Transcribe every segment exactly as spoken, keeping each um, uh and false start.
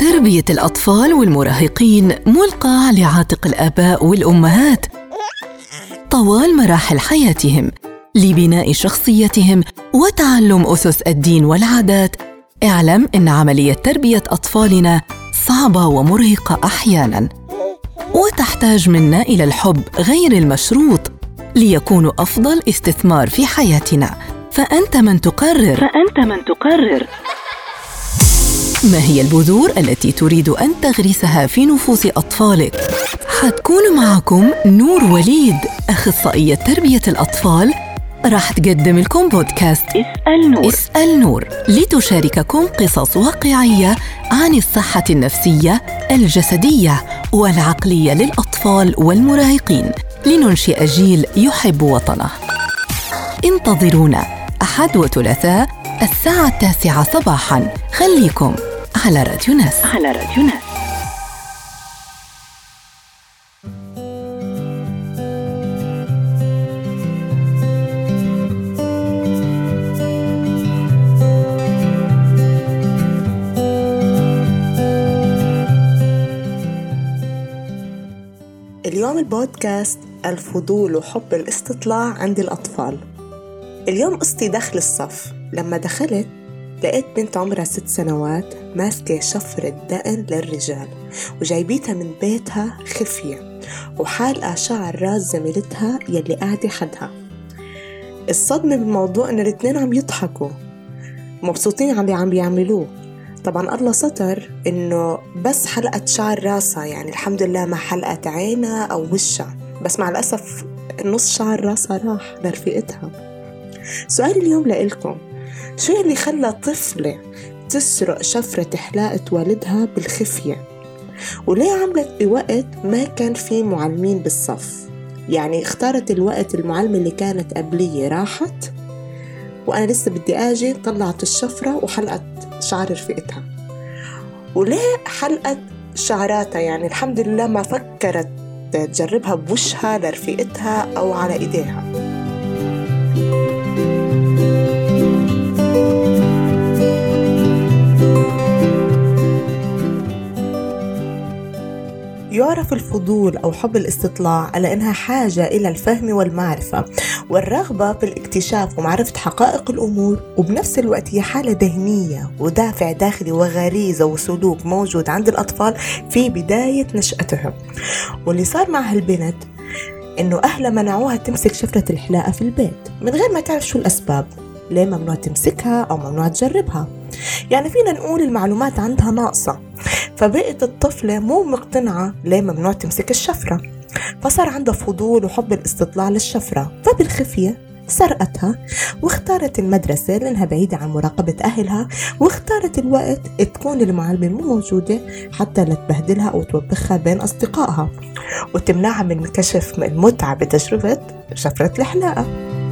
تربية الأطفال والمراهقين ملقى على عاتق الآباء والأمهات طوال مراحل حياتهم لبناء شخصيتهم وتعلم أسس الدين والعادات. اعلم أن عملية تربية أطفالنا صعبة ومرهقة أحياناً، وتحتاج منا إلى الحب غير المشروط ليكونوا أفضل استثمار في حياتنا. فأنت من تقرر. فأنت من تقرر. ما هي البذور التي تريد أن تغرسها في نفوس أطفالك؟ حتكون معكم نور وليد، أخصائية تربية الأطفال، راح تقدم لكم بودكاست اسأل نور. اسأل نور لتشارككم قصص واقعية عن الصحة النفسية، الجسدية والعقلية للأطفال والمراهقين، لننشئ جيل يحب وطنه. انتظرونا أحد وثلاثاء الساعة التاسعة صباحاً. خليكم على راديو ناس. على راديو ناس. اليوم البودكاست الفضول وحب الاستطلاع عند الأطفال. اليوم قصتي دخل الصف. لما دخلت لقيت بنت عمرها ست سنوات ماسكة شفرة دقن للرجال وجايبيتها من بيتها خفية وحالقة شعر راس زميلتها يلي قاعدة حدها. الصدمة بالموضوع إن الاثنين عم يضحكوا مبسوطين على اللي عم بيعملوه. طبعا الله ستر إنه بس حلقة شعر راسها، يعني الحمد لله ما حلقة عينها أو وشها، بس مع الأسف نص شعر راسها راح لرفيقتها. سؤال اليوم لإلكم، شو اللي خلى طفلة تسرق شفرة حلاقة والدها بالخفية؟ وليه عملت بوقت ما كان في معلمين بالصف؟ يعني اختارت الوقت المعلمة اللي كانت قبلية راحت وأنا لسه بدي آجي، طلعت الشفرة وحلقت شعر رفيقتها. وليه حلقت شعراتها؟ يعني الحمد لله ما فكرت تجربها بوشها لرفيقتها أو على إيديها. يعرف الفضول أو حب الاستطلاع على أنها حاجة إلى الفهم والمعرفة والرغبة بالاكتشاف ومعرفة حقائق الأمور، وبنفس الوقت هي حالة ذهنية ودافع داخلي وغريزة وسلوك موجود عند الأطفال في بداية نشأتهم. واللي صار مع هالبنت إنه أهلها منعوها تمسك شفرة الحلاقة في البيت من غير ما تعرف شو الأسباب، ليه ممنوع تمسكها أو ممنوع تجربها. يعني فينا نقول المعلومات عندها ناقصة، فبقت الطفلة مو مقتنعة ليه ممنوع تمسك الشفرة، فصار عندها فضول وحب الاستطلاع للشفرة، فبالخفية سرقتها واختارت المدرسة لأنها بعيدة عن مراقبة أهلها، واختارت الوقت تكون المعلمة مو موجودة حتى لا تبهدلها أو توبخها بين أصدقائها وتمنعها من كشف المتعة بتجربة شفرة الحلاقة.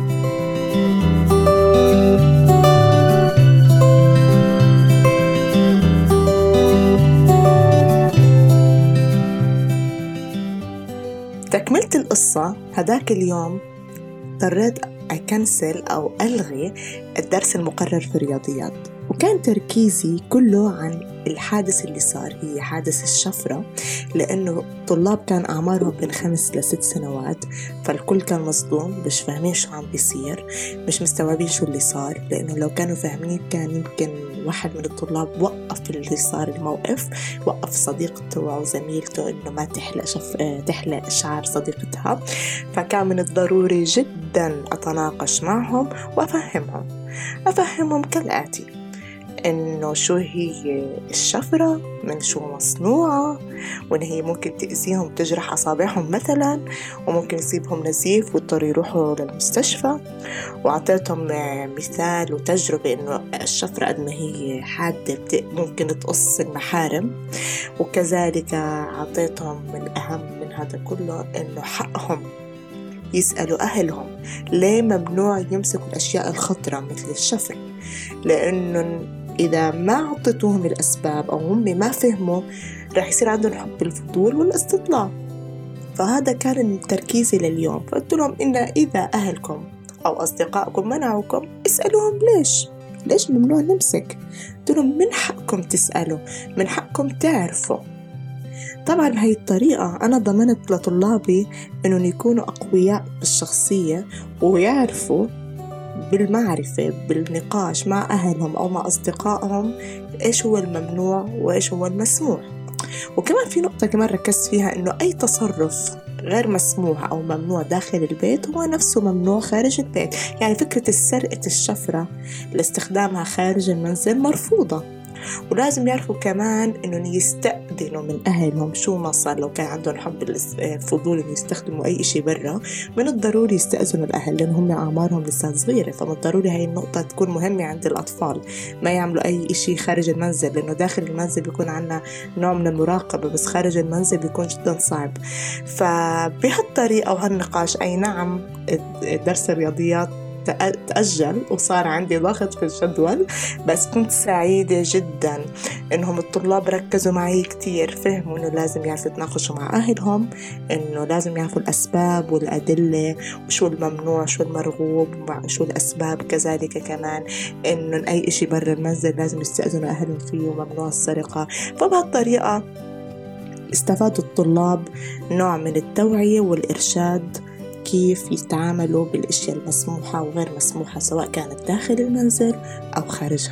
تكملت القصة، هداك اليوم اضطريت أكنسل أو ألغي الدرس المقرر في الرياضيات، وكان تركيزي كله عن الحادث اللي صار، هي حادث الشفرة، لأنه طلاب كان أعمارهم من خمس لست سنوات، فالكل كان مصدوم، مش فاهمين شو عم بيصير، مش مستوعبين شو اللي صار، لأنه لو كانوا فاهمين كان يمكن واحد من الطلاب وقف اللي صار الموقف، وقف صديقته أو زميلته إنه ما تحلق شف... تحلق شعر صديقتها. فكان من الضروري جدا أتناقش معهم وأفهمهم أفهمهم كالآتي: إنه شو هي الشفرة، من شو مصنوعة، وإن هي ممكن تأذيهم تجرح أصابعهم مثلا، وممكن يصيبهم نزيف واضطروا يروحوا للمستشفى. وعطيتهم مثال وتجربة إنه الشفرة قد ما هي حادة ممكن تقص المحارم، وكذلك عطيتهم من أهم من هذا كله إنه حقهم يسألوا أهلهم ليه ممنوع يمسكوا الأشياء الخطرة مثل الشفر، لأنه إذا ما عطيتوهم الأسباب أو هم ما فهموا رح يصير عندهم حب الفضول والاستطلاع. فهذا كان تركيزي لليوم. فقلت لهم إن إذا أهلكم أو أصدقائكم منعوكم اسألوهم ليش ليش ممنوع نمسك؟ قلت لهم من حقكم تسألوا، من حقكم تعرفوا. طبعا بهي الطريقة أنا ضمنت لطلابي أنهم يكونوا أقوياء بالشخصية ويعرفوا بالمعرفة بالنقاش مع أهلهم أو مع أصدقائهم إيش هو الممنوع وإيش هو المسموح. وكمان في نقطة كمان ركزت فيها إنه أي تصرف غير مسموح أو ممنوع داخل البيت هو نفسه ممنوع خارج البيت. يعني فكرة السرقة الشفرة لاستخدامها خارج المنزل مرفوضة. ولازم يعرفوا كمان إنهم يستأذنوا من أهلهم شو ما صار. لو كان عندهم حب الفضول إنه يستخدموا أي إشي برا، من الضروري يستأذنوا الأهل لأن هم أعمارهم لسه صغيرة. فمن الضروري هاي النقطة تكون مهمة عند الأطفال، ما يعملوا أي إشي خارج المنزل، لأنه داخل المنزل بيكون عنا نوع من المراقبة، بس خارج المنزل بيكون جدا صعب. فبهالطريقة وهالنقاش أي نعم درس الرياضيات تأجل وصار عندي ضغط في الجدول، بس كنت سعيدة جدا إنهم الطلاب ركزوا معي كتير، فهموا إنه لازم يعرفوا يتناقشوا مع أهلهم، إنه لازم يعرفوا الأسباب والأدلة وشو الممنوع شو المرغوب وشو الأسباب. كذلك كمان إنه أي إشي برا المنزل لازم يستأذنوا أهلهم فيه وممنوع السرقة. فبهالطريقة استفادوا الطلاب نوع من التوعية والإرشاد كيف يتعاملوا بالأشياء المسموحة وغير مسموحة سواء كانت داخل المنزل أو خارجها.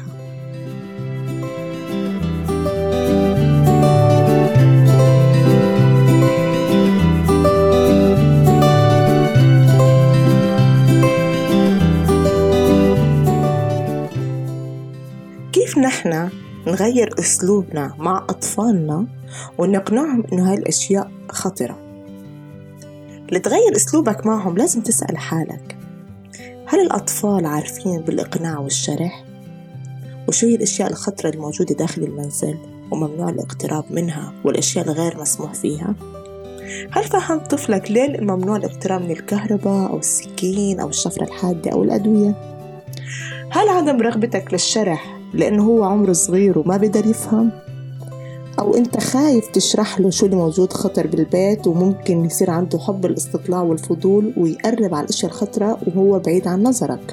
كيف نحن نغير أسلوبنا مع أطفالنا ونقنعهم إنه هاي الأشياء خطرة؟ لتغير أسلوبك معهم لازم تسأل حالك، هل الأطفال عارفين بالإقناع والشرح؟ وشو هي الأشياء الخطرة الموجودة داخل المنزل وممنوع الاقتراب منها والأشياء الغير مسموح فيها؟ هل فهم طفلك ليه ممنوع الاقتراب من الكهرباء أو السكين أو الشفرة الحادة أو الأدوية؟ هل عدم رغبتك للشرح لأنه هو عمره صغير وما بيقدر يفهم؟ أو أنت خايف تشرح له شو اللي موجود خطر بالبيت وممكن يصير عنده حب الاستطلاع والفضول ويقرب على الأشياء الخطرة وهو بعيد عن نظرك؟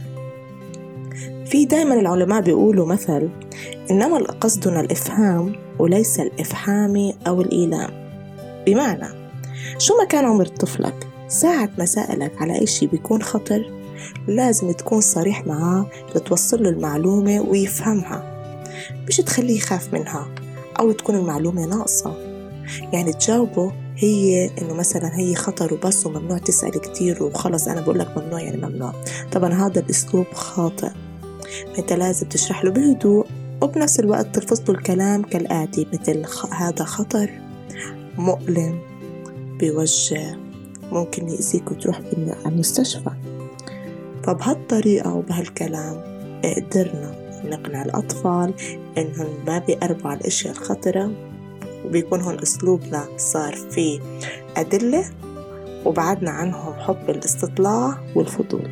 في دائما العلماء بيقولوا مثل إنما قصدنا الإفهام وليس الإفحام أو الإيلام. بمعنى شو ما كان عمر طفلك، ساعة ما سألك على أي شيء بيكون خطر لازم تكون صريح معاه لتوصل له المعلومة ويفهمها، مش تخليه يخاف منها أو تكون المعلومة ناقصة. يعني تجاوبه هي إنه مثلا هي خطر وبس وممنوع تسأل كتير وخلص أنا بقول لك ممنوع يعني ممنوع. طبعا هذا الأسلوب خاطئ. أنت لازم تشرح له بهدوء وبنفس الوقت تلفظ له الكلام كالآتي مثل هذا خطر مؤلم بيوجع ممكن يأذيك وتروح بالمستشفى. فبهالطريقة وبهالكلام قدرنا نقنع الأطفال إنهم ما بيقربوا على الأشياء الخطرة، وبيكون هون أسلوبنا صار فيه أدلة وبعدنا عنهم حب الاستطلاع والفضول.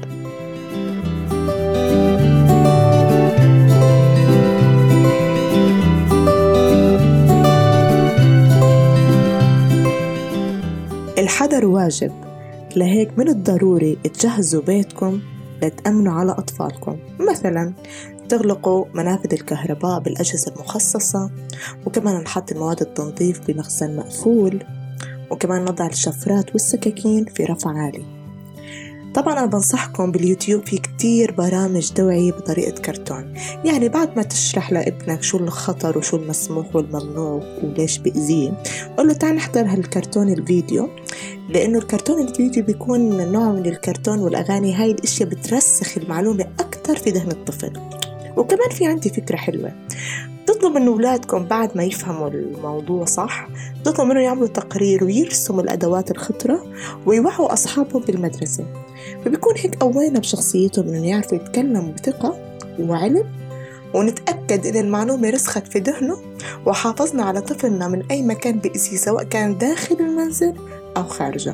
الحذر واجب، لهيك من الضروري تجهزوا بيتكم لتأمنوا على أطفالكم. مثلا تغلقوا منافذ الكهرباء بالأجهزة المخصصة، وكمان نحط المواد التنظيف بمخزن مقفول، وكمان نضع الشفرات والسكاكين في رفع عالي. طبعا أنا بنصحكم باليوتيوب في كتير برامج توعية بطريقة كرتون، يعني بعد ما تشرح لابنك شو الخطر وشو المسموح والممنوع وليش بيأذيه قل له تعال نحضر هالكرتون الفيديو، لأنه الكرتون الفيديو بيكون نوع من الكرتون والأغاني، هاي الأشياء بترسخ المعلومة أكتر في ذهن الطفل. وكمان في عندي فكرة حلوة، تطلب من أولادكم بعد ما يفهموا الموضوع صح تطلب منهم يعملوا تقرير ويرسموا الأدوات الخطرة ويوعوا أصحابهم بالمدرسة، فبيكون هيك قوينا بشخصيتهم إنه يعرفوا يتكلموا بثقة وعلم، ونتأكد إن المعلومة رسخت في ذهنه وحافظنا على طفلنا من أي مكان بيأذيه سواء كان داخل المنزل أو خارجه.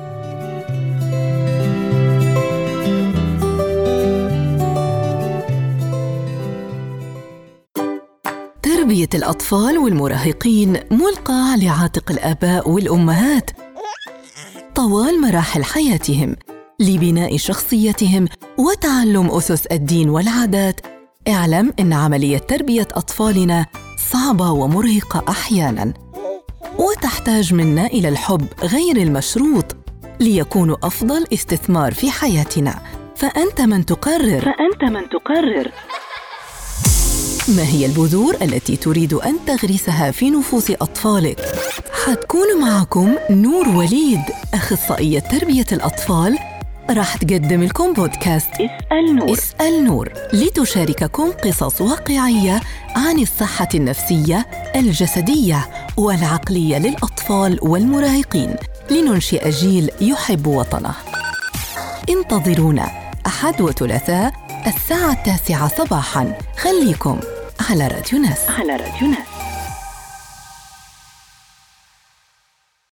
تربية الأطفال والمراهقين ملقى على عاتق الآباء والأمهات طوال مراحل حياتهم لبناء شخصيتهم وتعلم أسس الدين والعادات اعلم إن عملية تربية أطفالنا صعبة ومرهقة أحياناً، وتحتاج منا إلى الحب غير المشروط ليكونوا أفضل استثمار في حياتنا. فأنت من تقرر. فأنت من تقرر. ما هي البذور التي تريد أن تغرسها في نفوس أطفالك؟ حتكون معكم نور وليد، أخصائية تربية الأطفال، راح تقدم لكم بودكاست اسأل نور. اسأل نور لتشارككم قصص واقعية عن الصحة النفسية، الجسدية والعقلية للأطفال والمراهقين، لننشئ جيل يحب وطنه. انتظرونا أحد وثلاثاء الساعة التاسعة صباحاً. خليكم على راديو ناس. على راديو ناس.